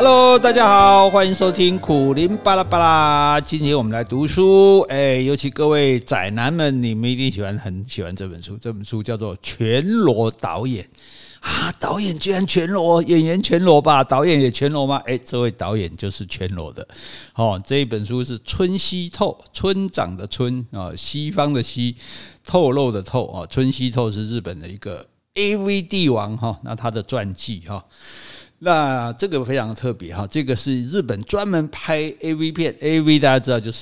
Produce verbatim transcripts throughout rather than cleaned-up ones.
Hello， 大家好，欢迎收听苦苓巴拉巴拉。今天我们来读书，哎，尤其各位宅男们，你们一定喜欢很喜欢这本书。这本书叫做《全裸导演》啊，导演居然全裸，演员全裸吧？导演也全裸吗？哎，这位导演就是全裸的。哦，这一本书是村西透，村长的村啊，西方的西，透露的透啊。村西透是日本的一个 A V 帝王哈，那他的传记哈。那这个非常特别哈，这个是日本专门拍 A V 片 ，A V 大家知道就是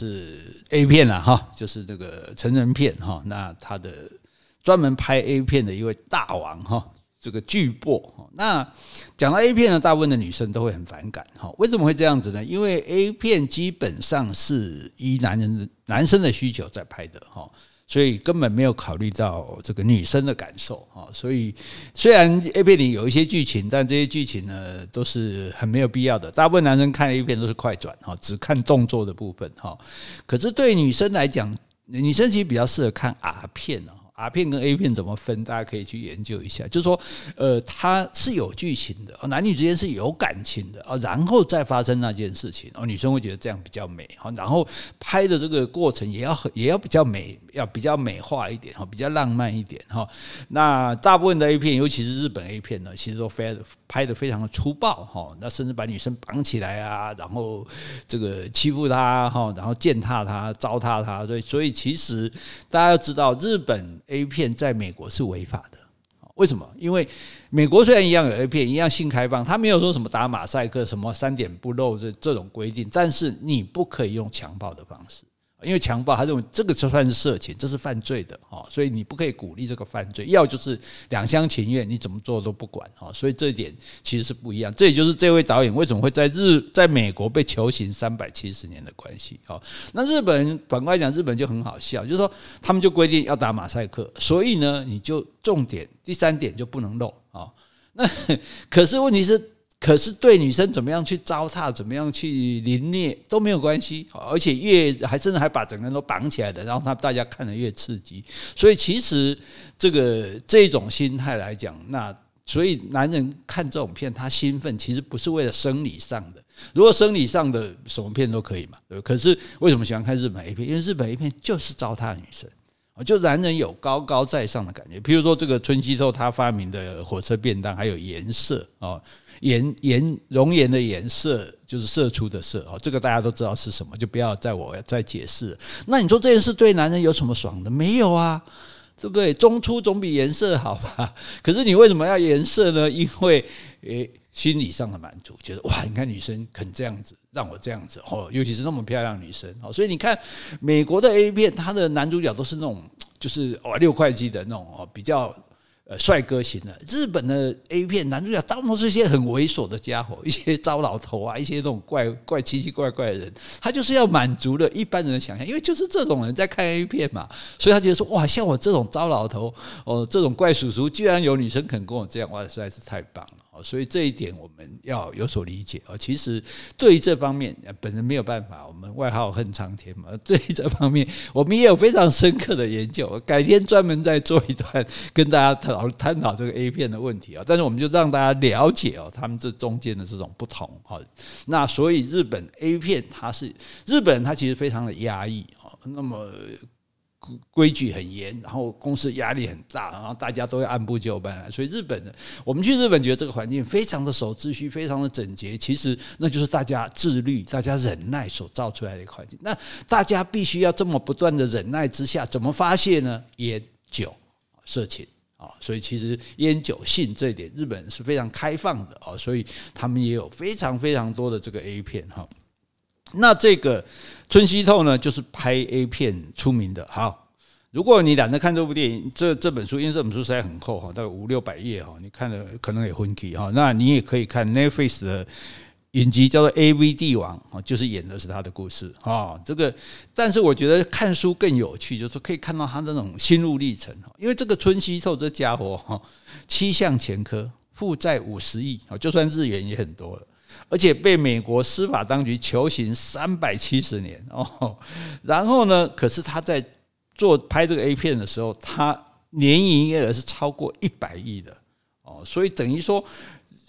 A 片啦哈，就是这个成人片哈。那他的专门拍 A 片的一位大王哈，这个巨擘。那讲到 A 片呢，大部分的女生都会很反感哈。为什么会这样子呢？因为 A 片基本上是以男人男生的需求在拍的哈。所以根本没有考虑到这个女生的感受，所以虽然 A 片里有一些剧情，但这些剧情呢都是很没有必要的。大部分男生看 A 片都是快转，只看动作的部分。可是对女生来讲，女生其实比较适合看 R 片，R 片跟 A 片怎么分，大家可以去研究一下。就是说，呃，它是有剧情的，男女之间是有感情的，然后再发生那件事情，女生会觉得这样比较美，然后拍的这个过程也要也要比较美，要比较美化一点，比较浪漫一点。那大部分的 A 片，尤其是日本 A 片呢，其实都拍得非常的粗暴，那甚至把女生绑起来啊，然后这个欺负她，然后践踏她、糟蹋她。所以，所以其实大家要知道，日本A 片在美国是违法的。为什么？因为美国虽然一样有 A 片，一样性开放，他没有说什么打马赛克、什么三点不漏这这种规定，但是你不可以用强暴的方式，因为强暴他认为这个就算是色情，这是犯罪的，所以你不可以鼓励这个犯罪，要就是两厢情愿，你怎么做都不管，所以这一点其实是不一样。这也就是这位导演为什么会在日在美国被囚刑三百七十年的关系。那日本人反过来讲，日本就很好笑，就是说他们就规定要打马赛克，所以呢你就重点第三点就不能露。那可是问题是，可是对女生怎么样去糟蹋，怎么样去凌虐都没有关系，而且越还甚至还把整个人都绑起来的，然后他大家看得越刺激。所以其实这个这种心态来讲，那所以男人看这种片他兴奋，其实不是为了生理上的。如果生理上的什么片都可以嘛，对吧？可是为什么喜欢看日本 A 片？因为日本 A 片就是糟蹋女生。就男人有高高在上的感觉，譬如说这个村西透他发明的火车便当，还有颜色哦，颜颜容颜的颜色就是射出的射哦，这个大家都知道是什么，就不要再我再解释。那你说这件事对男人有什么爽的？没有啊，对不对？中出总比颜色好吧？可是你为什么要颜色呢？因为诶。心理上的满足，觉得哇，你看女生肯这样子，让我这样子，尤其是那么漂亮的女生，所以你看美国的 A 片，它的男主角都是那种就是哇六块肌的那种比较呃帅哥型的。日本的 A 片男主角大部分都是一些很猥琐的家伙，一些糟老头啊，一些那种怪怪奇奇怪怪的人，他就是要满足了一般人的想象，因为就是这种人在看 A 片嘛，所以他觉得说哇，像我这种糟老头哦，这种怪叔叔，居然有女生肯跟我这样，哇，实在是太棒了。所以这一点我们要有所理解。其实对于这方面本人没有办法，我们外号恨苍天嘛，对于这方面我们也有非常深刻的研究，改天专门再做一段跟大家讨探讨这个 A 片的问题。但是我们就让大家了解他们这中间的这种不同。那所以日本 A 片它是日本人他其实非常的压抑，那么规矩很严，然后公司压力很大，然后大家都要按部就班来。所以日本人，我们去日本觉得这个环境非常的守秩序，非常的整洁，其实那就是大家自律、大家忍耐所造出来的一个环境。那大家必须要这么不断的忍耐之下，怎么发泄呢？烟酒色情。所以其实烟酒性这一点，日本人是非常开放的，所以他们也有非常非常多的这个 A 片。那这个村西透呢，就是拍 A 片出名的。好，如果你懒得看这部电影，这这本书，因为这本书实在很厚，大概五六百页，你看了可能也昏气。那你也可以看 Netflix 的影集叫做 A V 帝王，就是演的是他的故事。这个，但是我觉得看书更有趣，就是可以看到他那种心路历程。因为这个村西透这家伙七项前科，负债五十亿，就算日元也很多了。而且被美国司法当局囚刑三百七十年哦，然后呢，可是他在做拍这个 A 片的时候，他年营业额是超过一百亿的哦，所以等于说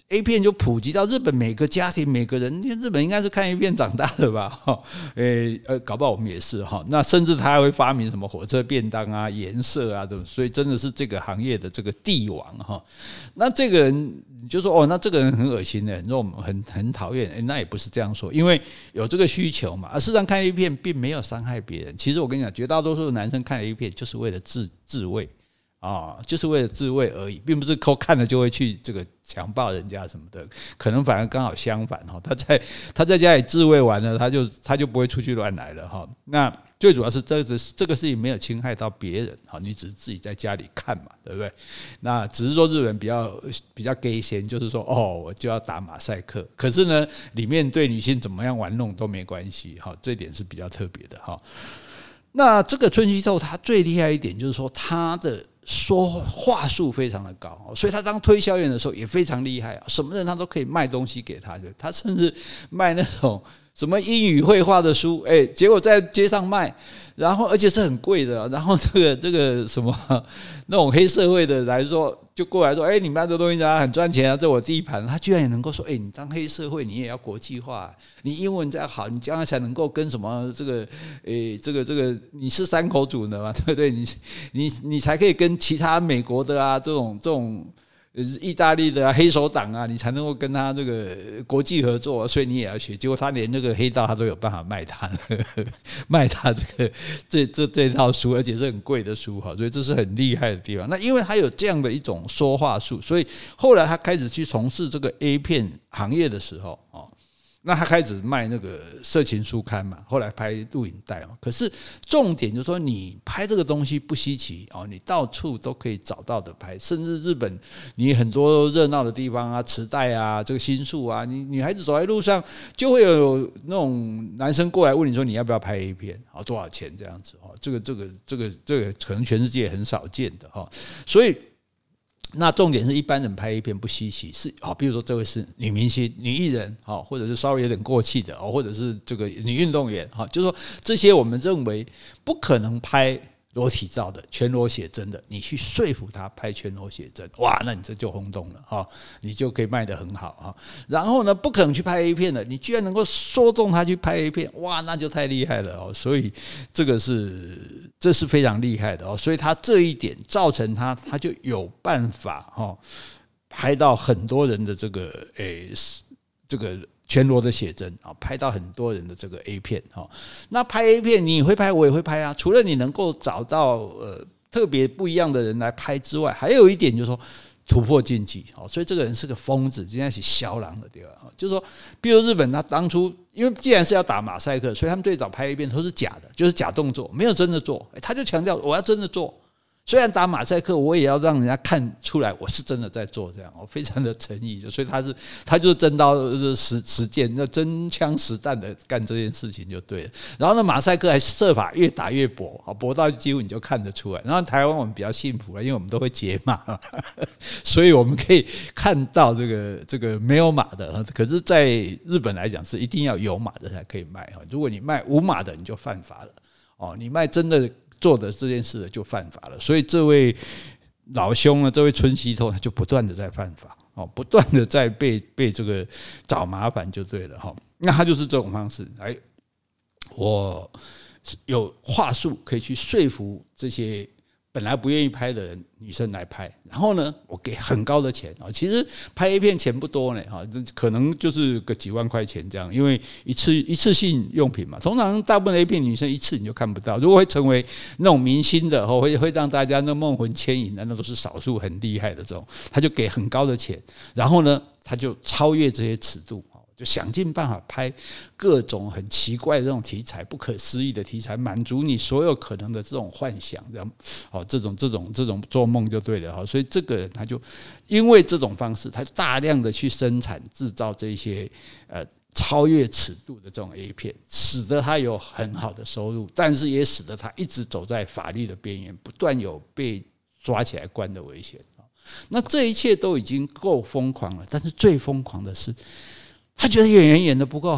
A 片就普及到日本每个家庭每个人，日本应该是看 A 片长大的吧？哈，诶呃，搞不好我们也是哈。那甚至他还会发明什么火车便当啊、颜色啊，这种，所以真的是这个行业的这个帝王哈。那这个人你就说哦，那这个人很恶心的，很肉很很讨厌，诶，那也不是这样说，因为有这个需求嘛。而事实上看 A 片并没有伤害别人。其实我跟你讲，绝大多数的男生看 A 片就是为了自自慰。啊、哦，就是为了自慰而已，并不是看了就会去这个强暴人家什么的，可能反而刚好相反哈。他在他在家里自慰完了，他就他就不会出去乱来了哈。那最主要是这个这个事情没有侵害到别人哈，你只是自己在家里看嘛，对不对？那只是说日本比较比较 gay 先，就是说哦，我就要打马赛克，可是呢，里面对女性怎么样玩弄都没关系哈，这点是比较特别的哈。那这个春熙透他最厉害一点就是说他的说话术非常的高，所以他当推销员的时候也非常厉害，什么人他都可以卖东西给他，他甚至卖那种什么英语绘画的书，哎，结果在街上卖，然后而且是很贵的，然后这个这个什么那种黑社会的来说，就过来说，哎，你卖这东西啊很赚钱啊，这我第一盘，他居然也能够说，哎，你当黑社会你也要国际化，你英文再好，你将来才能够跟什么这个，哎，这个这个你是三口组的嘛，对不对？你你你才可以跟其他美国的啊这种这种。意大利的、啊、黑手党啊，你才能够跟他这个国际合作，所以你也要学。结果他连那个黑道他都有办法卖他，卖他这个这这这套书，而且是很贵的书哈，所以这是很厉害的地方。那因为他有这样的一种说话术，所以后来他开始去从事这个 A 片行业的时候哦。那他开始卖那个色情书刊嘛，后来拍录影带嘛。可是重点就是说，你拍这个东西不稀奇哦，你到处都可以找到的拍，甚至日本你很多热闹的地方啊，池袋啊，这个新宿啊，你女孩子走在路上就会有那种男生过来问你说你要不要拍 A 片，好多少钱这样子哈，这个这个这个这个可能全世界很少见的哈，所以。那重点是一般人拍A片不稀奇，是啊，比如说这位是女明星、女艺人，哈，或者是稍微有点过气的，哦，或者是这个女运动员，哈，就是说这些我们认为不可能拍裸体照的、全裸写真的，你去说服他拍全裸写真，哇，那你这就轰动了哈，你就可以卖得很好哈。然后呢，不可能去拍 A 片的，你居然能够说动他去拍 A 片，哇，那就太厉害了哦。所以这个是这是非常厉害的哦。所以他这一点造成他他就有办法哈，拍到很多人的这个诶这个。全裸的写真啊，拍到很多人的这个 A 片哈。那拍 A 片你会拍，我也会拍啊。除了你能够找到呃特别不一样的人来拍之外，还有一点就是说突破禁忌哦。所以这个人是个疯子，今天是肖郎的地方，就是说，比如日本他当初因为既然是要打马赛克，所以他们最早拍 A 片都是假的，就是假动作，没有真的做。他就强调我要真的做。虽然打马赛克，我也要让人家看出来我是真的在做这样，我非常的诚意，所以他是他就是真刀实实践，那真枪实弹的干这件事情就对了。然后呢，马赛克还设法越打越薄，薄到几乎你就看得出来。然后台湾我们比较幸福了，因为我们都会解码，所以我们可以看到这个这个没有码的，可是在日本来讲是一定要有码的才可以卖。如果你卖无码的，你就犯法了哦，你卖真的。做的这件事就犯法了，所以这位老兄呢，这位春熙透他就不断的在犯法哦，不断的在被被这个找麻烦就对了哈。那他就是这种方式，哎，我有话术可以去说服这些本来不愿意拍的人女生来拍，然后呢，我给很高的钱啊。其实拍 A 片钱不多呢，哈，可能就是个几万块钱这样，因为一次一次性用品嘛。通常大部分 A 片女生一次你就看不到，如果会成为那种明星的，会会让大家那梦魂牵引的，那都是少数很厉害的这种，他就给很高的钱，然后呢，他就超越这些尺度。就想尽办法拍各种很奇怪的这种题材，不可思议的题材，满足你所有可能的这种幻想，这样，好，这种这种这种做梦就对了，好，所以这个人他就因为这种方式，他大量的去生产制造这些呃超越尺度的这种 A 片，使得他有很好的收入，但是也使得他一直走在法律的边缘，不断有被抓起来关的危险。那这一切都已经够疯狂了，但是最疯狂的是。他觉得演员演得不够好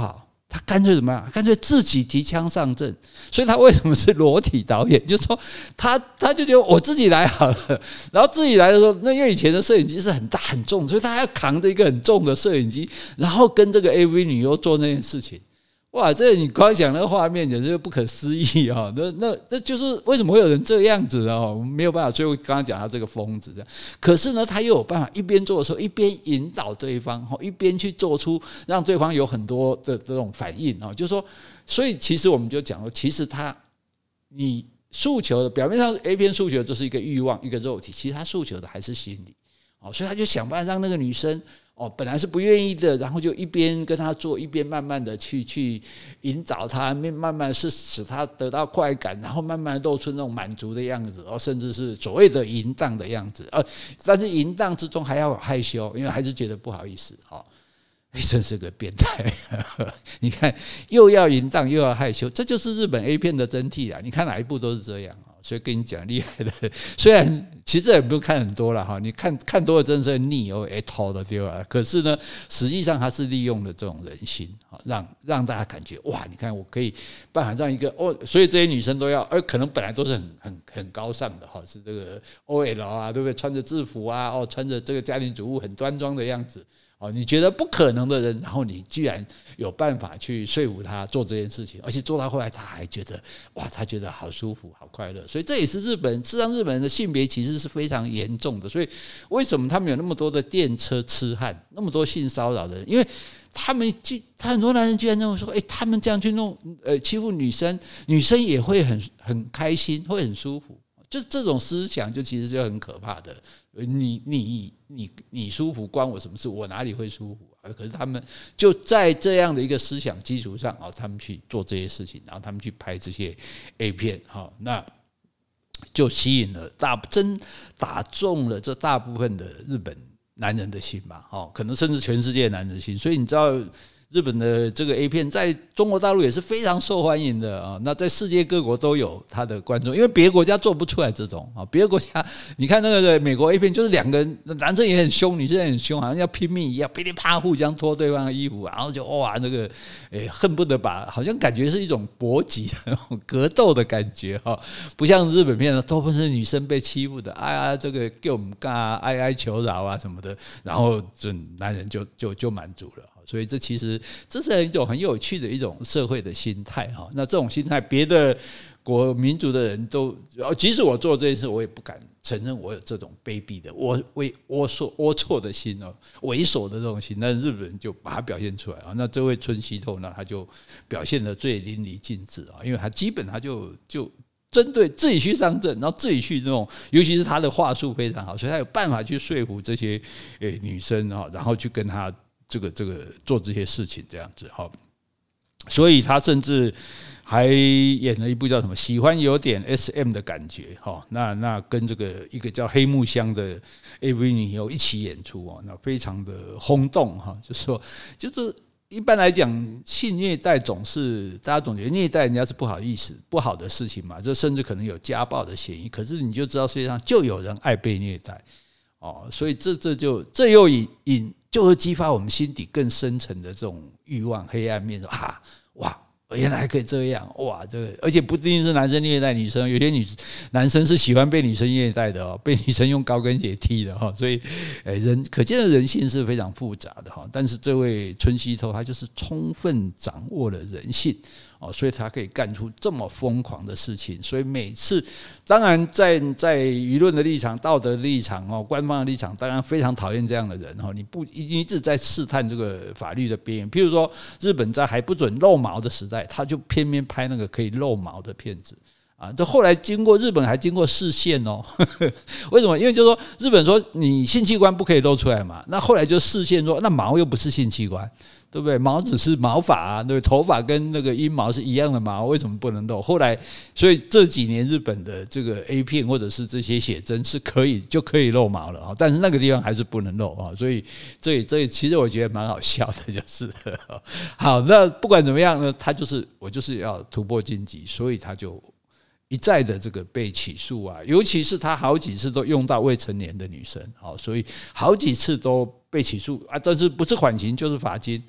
他干脆怎么样？干脆自己提枪上阵。所以他为什么是裸体导演？就是说他他就觉得我自己来好了。然后自己来的时候，那因为以前的摄影机是很大很重，所以他还要扛着一个很重的摄影机，然后跟这个 A V 女优做那件事情。哇，这你光想那个画面简直就不可思议啊！那那那就是为什么会有人这样子啊？我们没有办法。所以我刚刚讲他这个疯子这样，可是呢，他又有办法一边做的时候，一边引导对方，一边去做出让对方有很多的这种反应啊。就是说，所以其实我们就讲说，其实他你诉求的表面上 A 片诉求就是一个欲望，一个肉体，其实他诉求的还是心理哦，所以他就想办法让那个女生。哦，本来是不愿意的，然后就一边跟他做，一边慢慢的去去引导他，慢慢是使他得到快感，然后慢慢露出那种满足的样子，哦，甚至是所谓的淫荡的样子，呃，但是淫荡之中还要有害羞，因为还是觉得不好意思，哦，哎，真是个变态！你看，又要淫荡又要害羞，这就是日本 A 片的真谛啊！你看哪一部都是这样。所以跟你讲厉害的，虽然其实也不用看很多了哈，你看看多了真的是腻哦，哎头的丢了。可是呢，实际上它是利用了这种人心，让让大家感觉哇，你看我可以办法让一个哦，所以这些女生都要，而可能本来都是很很很高尚的哈，是这个 O L 啊，对不对？穿着制服啊，哦，穿着这个家庭主妇很端庄的样子。哦，你觉得不可能的人，然后你居然有办法去说服他做这件事情，而且做到后来他还觉得哇，他觉得好舒服、好快乐。所以这也是日本，事实上日本人的性别歧视是非常严重的。所以为什么他们有那么多的电车痴汉，那么多性骚扰的人？因为他们他很多男人居然认为说，哎，他们这样去弄，呃，欺负女生，女生也会很很开心，会很舒服。就这种思想，就其实就很可怕的。你你你你舒服关我什么事？我哪里会舒服啊？可是他们就在这样的一个思想基础上啊，他们去做这些事情，然后他们去拍这些 A 片，哈，那就吸引了大真打中了这大部分的日本男人的心吧，哦，可能甚至全世界男人的心。所以你知道。日本的这个 A 片在中国大陆也是非常受欢迎的啊，那在世界各国都有它的观众，因为别的国家做不出来这种啊，别的国家你看那个美国 A 片就是两个人，男生也很凶，女生也很凶，好像要拼命一样，噼里啪互相脱对方的衣服，然后就哇那个诶恨不得把，好像感觉是一种搏击的那种格斗的感觉哈，不像日本片呢，都不是女生被欺负的，哎呀这个给我们干啊，哀哀求饶啊什么的，然后这男人就就就满足了。所以这其实这是一种很有趣的一种社会的心态哈。那这种心态，别的国民族的人都，即使我做这件事，我也不敢承认我有这种卑鄙的、龌龊、龌龊、龌龊的心哦，猥琐的这种心。那日本人就把它表现出来啊。那这位村西透呢，他就表现得最淋漓尽致啊，因为他基本他就就。针对自己去上阵，然后自己去这种，尤其是他的话术非常好，所以他有办法去说服这些诶女生啊，然后去跟他。这个这个做这些事情这样子哈，所以他甚至还演了一部叫什么？喜欢有点 S M 的感觉哈。那那跟这个一个叫黑木香的 A V 女优一起演出哦，那非常的轰动哈。就是说，就是一般来讲，性虐待总是大家总觉得虐待人家是不好意思、不好的事情嘛，这甚至可能有家暴的嫌疑。可是你就知道世界上就有人爱被虐待哦，所以这这就这又引引。就会激发我们心底更深层的这种欲望、黑暗面。啊，哇，原来还可以这样，哇，这个而且不一定是男生虐待女生，有些女男生是喜欢被女生虐待的哦，被女生用高跟鞋踢的哈。所以，人可见的人性是非常复杂的哈。但是这位村西透他就是充分掌握了人性。哦，所以他可以干出这么疯狂的事情，所以每次，当然在在舆论的立场、道德的立场哦、官方的立场，当然非常讨厌这样的人哦。你不一直在试探这个法律的边缘，譬如说日本在还不准露毛的时代，他就偏偏拍那个可以露毛的片子。啊，这后来经过日本还经过释宪哦，呵呵为什么？因为就是说日本说你性器官不可以露出来嘛，那后来就释宪说，那毛又不是性器官，对不对？毛只是毛发啊，对不对？头发跟那个阴毛是一样的毛，为什么不能露？后来，所以这几年日本的这个 A 片或者是这些写真是可以就可以露毛了啊，但是那个地方还是不能露啊，所以这这其实我觉得蛮好笑的，就是好。那不管怎么样呢，他就是我就是要突破荆棘，所以他就。一再的这个被起诉啊，尤其是他好几次都用到未成年的女生，所以好几次都被起诉啊，但是不是缓刑就是罚金，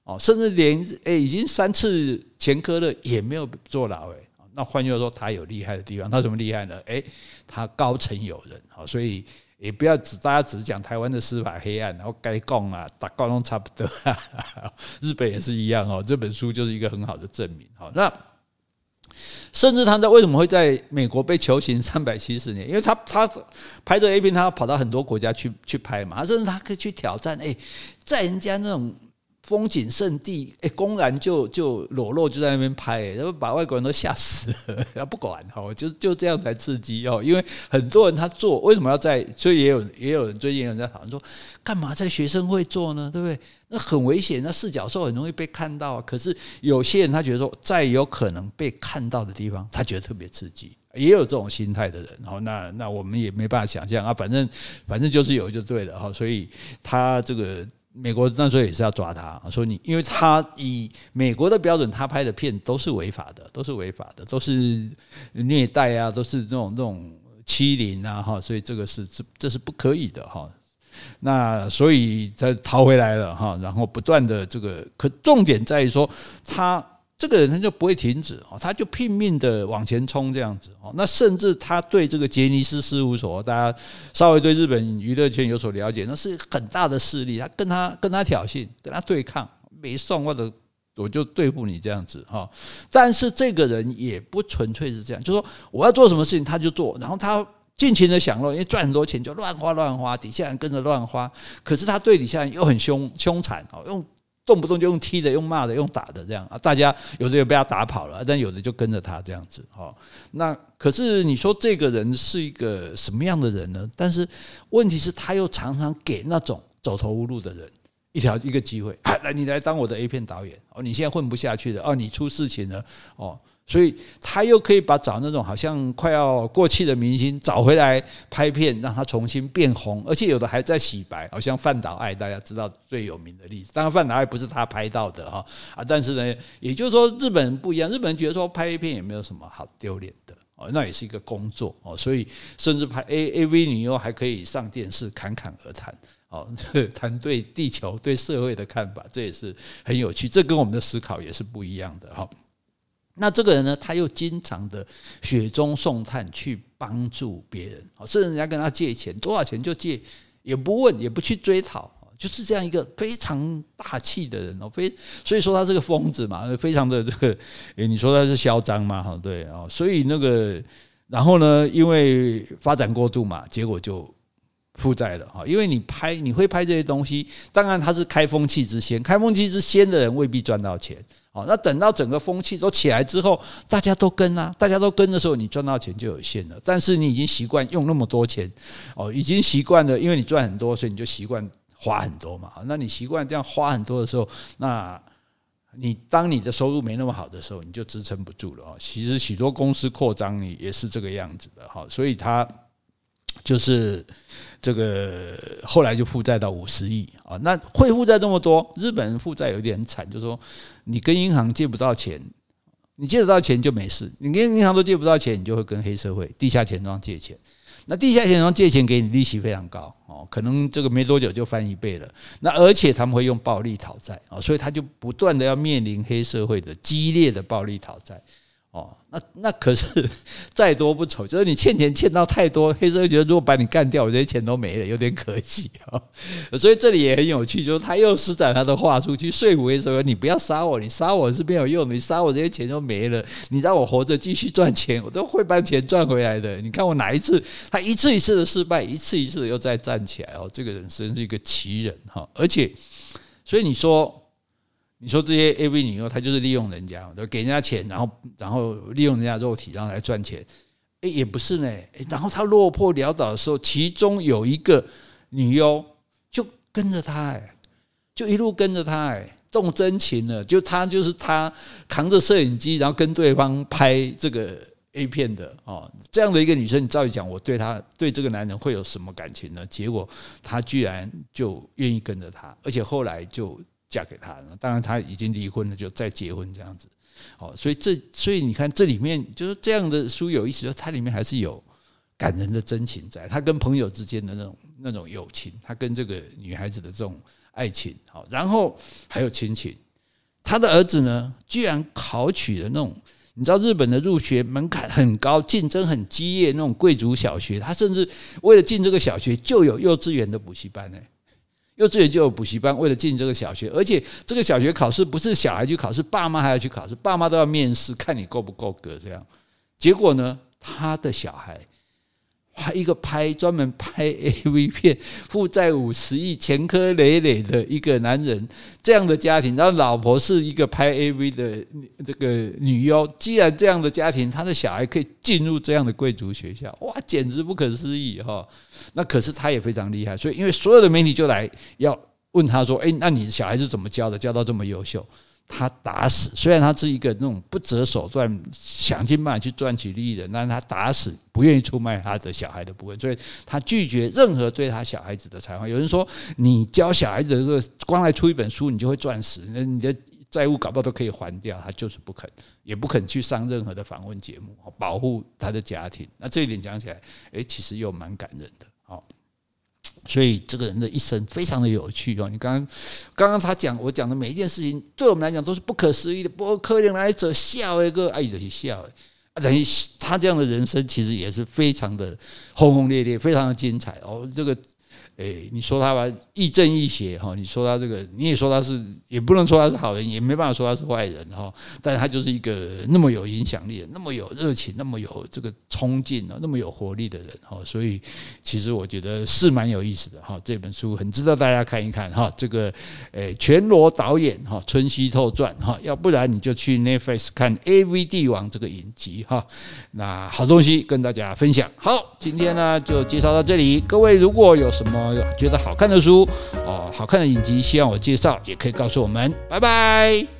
哦，甚至连诶、欸、已经三次前科了也没有坐牢诶、欸。那换句话说，他有厉害的地方，他什么厉害呢？诶、欸，他高层有人，好，所以也不要只大家只是讲台湾的司法黑暗，然后该讲啊，打高都差不多，日本也是一样哦。这本书就是一个很好的证明。好，那甚至他在为什么会在美国被囚刑三百七十年？因为他他拍的 A 片，他要跑到很多国家去去拍嘛，甚至他可以去挑战，哎、欸，在人家那种风景胜地，哎、欸，公然就就裸露就在那边拍、欸，然后把外国人都吓死了。他不管哦，就就这样才刺激哦。因为很多人他做为什么要在？所以也有也有人最近有人在讨论说，干嘛在学生会做呢？对不对？那很危险，那四角兽很容易被看到啊。可是有些人他觉得说，在有可能被看到的地方，他觉得特别刺激。也有这种心态的人，那那我们也没办法想象啊。反正反正就是有就对了哈。所以他这个。美国那时候也是要抓他，说你，因为他以美国的标准，他拍的片都是违法的，都是违法的，都是虐待啊，都是这种这种欺凌啊，哈，所以这个是这是不可以的哈。那所以才逃回来了哈，然后不断的这个，可重点在于说他。这个人他就不会停止，他就拼命的往前冲这样子。那甚至他对这个杰尼斯事务所，大家稍微对日本娱乐圈有所了解，那是很大的势力，他跟他跟他挑衅，跟他对抗，没送或者我就对付你这样子哈。但是这个人也不纯粹是这样，就是说我要做什么事情他就做，然后他尽情的享乐，因为赚很多钱就乱花乱花，底下人跟着乱花，可是他对底下人又很凶凶残，用。动不动就用踢的、用骂的、用打的这样啊，大家有的也被他打跑了，但有的就跟着他这样子哈。那可是你说这个人是一个什么样的人呢？但是问题是他又常常给那种走投无路的人一条一个机会，啊，来你来当我的 A 片导演哦，你现在混不下去了哦，你出事情了哦。所以他又可以把找那种好像快要过气的明星找回来拍片，让他重新变红，而且有的还在洗白，好像范岛爱大家知道最有名的例子。当然范岛爱不是他拍到的哈啊，但是呢，也就是说日本人不一样，日本人觉得说拍 A 片也没有什么好丢脸的哦，那也是一个工作哦，所以甚至拍 A A V 女优还可以上电视侃侃而谈。哦，谈对地球、对社会的看法，这也是很有趣。这跟我们的思考也是不一样的哈。那这个人呢，他又经常的雪中送炭去帮助别人，甚至人家跟他借钱，多少钱就借，也不问，也不去追讨，就是这样一个非常大气的人哦。非所以说他是个疯子嘛，非常的这个，你说他是嚣张嘛，哈，对哦。所以那个，然后呢，因为发展过度嘛，结果就负债了哈。因为你拍，你会拍这些东西，当然他是开风气之先，开风气之先的人未必赚到钱。好，那等到整个风气都起来之后，大家都跟啊，大家都跟的时候，你赚到钱就有限了。但是你已经习惯用那么多钱，哦，已经习惯了，因为你赚很多，所以你就习惯花很多嘛。那你习惯这样花很多的时候，那你当你的收入没那么好的时候，你就支撑不住了哦。其实许多公司扩张也是这个样子的哈，所以他。就是这个后来就负债到五十亿啊，那会负债这么多，日本人负债有点惨，就是说你跟银行借不到钱，你借得到钱就没事，你跟银行都借不到钱，你就会跟黑社会、地下钱庄借钱。那地下钱庄借钱给你，利息非常高哦，可能这个没多久就翻一倍了。那而且他们会用暴力讨债啊，所以他就不断的要面临黑社会的激烈的暴力讨债。哦，那那可是再多不愁，就是你欠钱欠到太多，黑社会觉得如果把你干掉，我这些钱都没了，有点可惜啊。所以这里也很有趣，就是他又施展他的话术去说服黑社会，你不要杀我，你杀我是没有用的，你杀我这些钱都没了，你让我活着继续赚钱，我都会把钱赚回来的。你看我哪一次，他一次一次的失败，一次一次的又再站起来哦，这个人真是一个奇人哈，而且，所以你说。你说这些 A V 女优，她就是利用人家，给人家钱，然后然后利用人家肉体，然后来赚钱。哎，也不是呢。然后她落魄潦倒的时候，其中有一个女优就跟着她，哎，就一路跟着她，哎，动真情了。就她就是她扛着摄影机，然后跟对方拍这个 A 片的哦，这样的一个女生，你照理讲，我对她对这个男人会有什么感情呢？结果她居然就愿意跟着他，而且后来就。嫁给他，当然他已经离婚了，就再结婚这样子。好，所以这所以你看这里面就是这样的书有意思，它里面还是有感人的真情在，他跟朋友之间的那种那种友情，他跟这个女孩子的这种爱情，好，然后还有亲情。 他的儿子呢，居然考取了那种，你知道日本的入学门槛很高，竞争很激烈那种贵族小学，他甚至为了进这个小学就有幼稚园的补习班呢、欸。幼稚园就有补习班，为了进这个小学，而且这个小学考试不是小孩去考试，爸妈还要去考试，爸妈都要面试，看你够不够格这样。结果呢，他的小孩一个拍专门拍 A V 片，负债五十亿、前科累累的一个男人，这样的家庭，然后老婆是一个拍 A V 的这个女优，既然这样的家庭，他的小孩可以进入这样的贵族学校，哇，简直不可思议哈！那可是他也非常厉害，所以因为所有的媒体就来要问他说：“哎，那你的小孩是怎么教的？教到这么优秀？”他打死，虽然他是一个那种不择手段、想尽办法去赚取利益的人，但是他打死不愿意出卖他的小孩的部分，所以他拒绝任何对他小孩子的采访。有人说，你教小孩子这个光来出一本书，你就会赚死，你的债务搞不好都可以还掉，他就是不肯，也不肯去上任何的访问节目，保护他的家庭。那这一点讲起来，哎，其实又蛮感人的。好。所以这个人的一生非常的有趣哦！你刚刚刚刚他讲我讲的每一件事情，对我们来讲都是不可思议的。不过可能来者笑一个，哎，就是笑哎，等于他这样的人生其实也是非常的轰轰烈烈，非常的精彩哦。这个。诶，你说他吧，亦正亦邪哈。你说他这个，你也说他是，也不能说他是好人，也没办法说他是坏人哈。但是他就是一个那么有影响力、那么有热情、那么有这个冲劲、那么有活力的人哈。所以其实我觉得是蛮有意思的哈。这本书很值得大家看一看哈。这个诶，全罗导演哈，《春熙透传》哈，要不然你就去 Netflix 看《A V 帝王》这个影集哈。那好东西跟大家分享。好，今天呢就介绍到这里。各位如果有什么觉得好看的书哦，好看的影集，希望我介绍，也可以告诉我们。拜拜。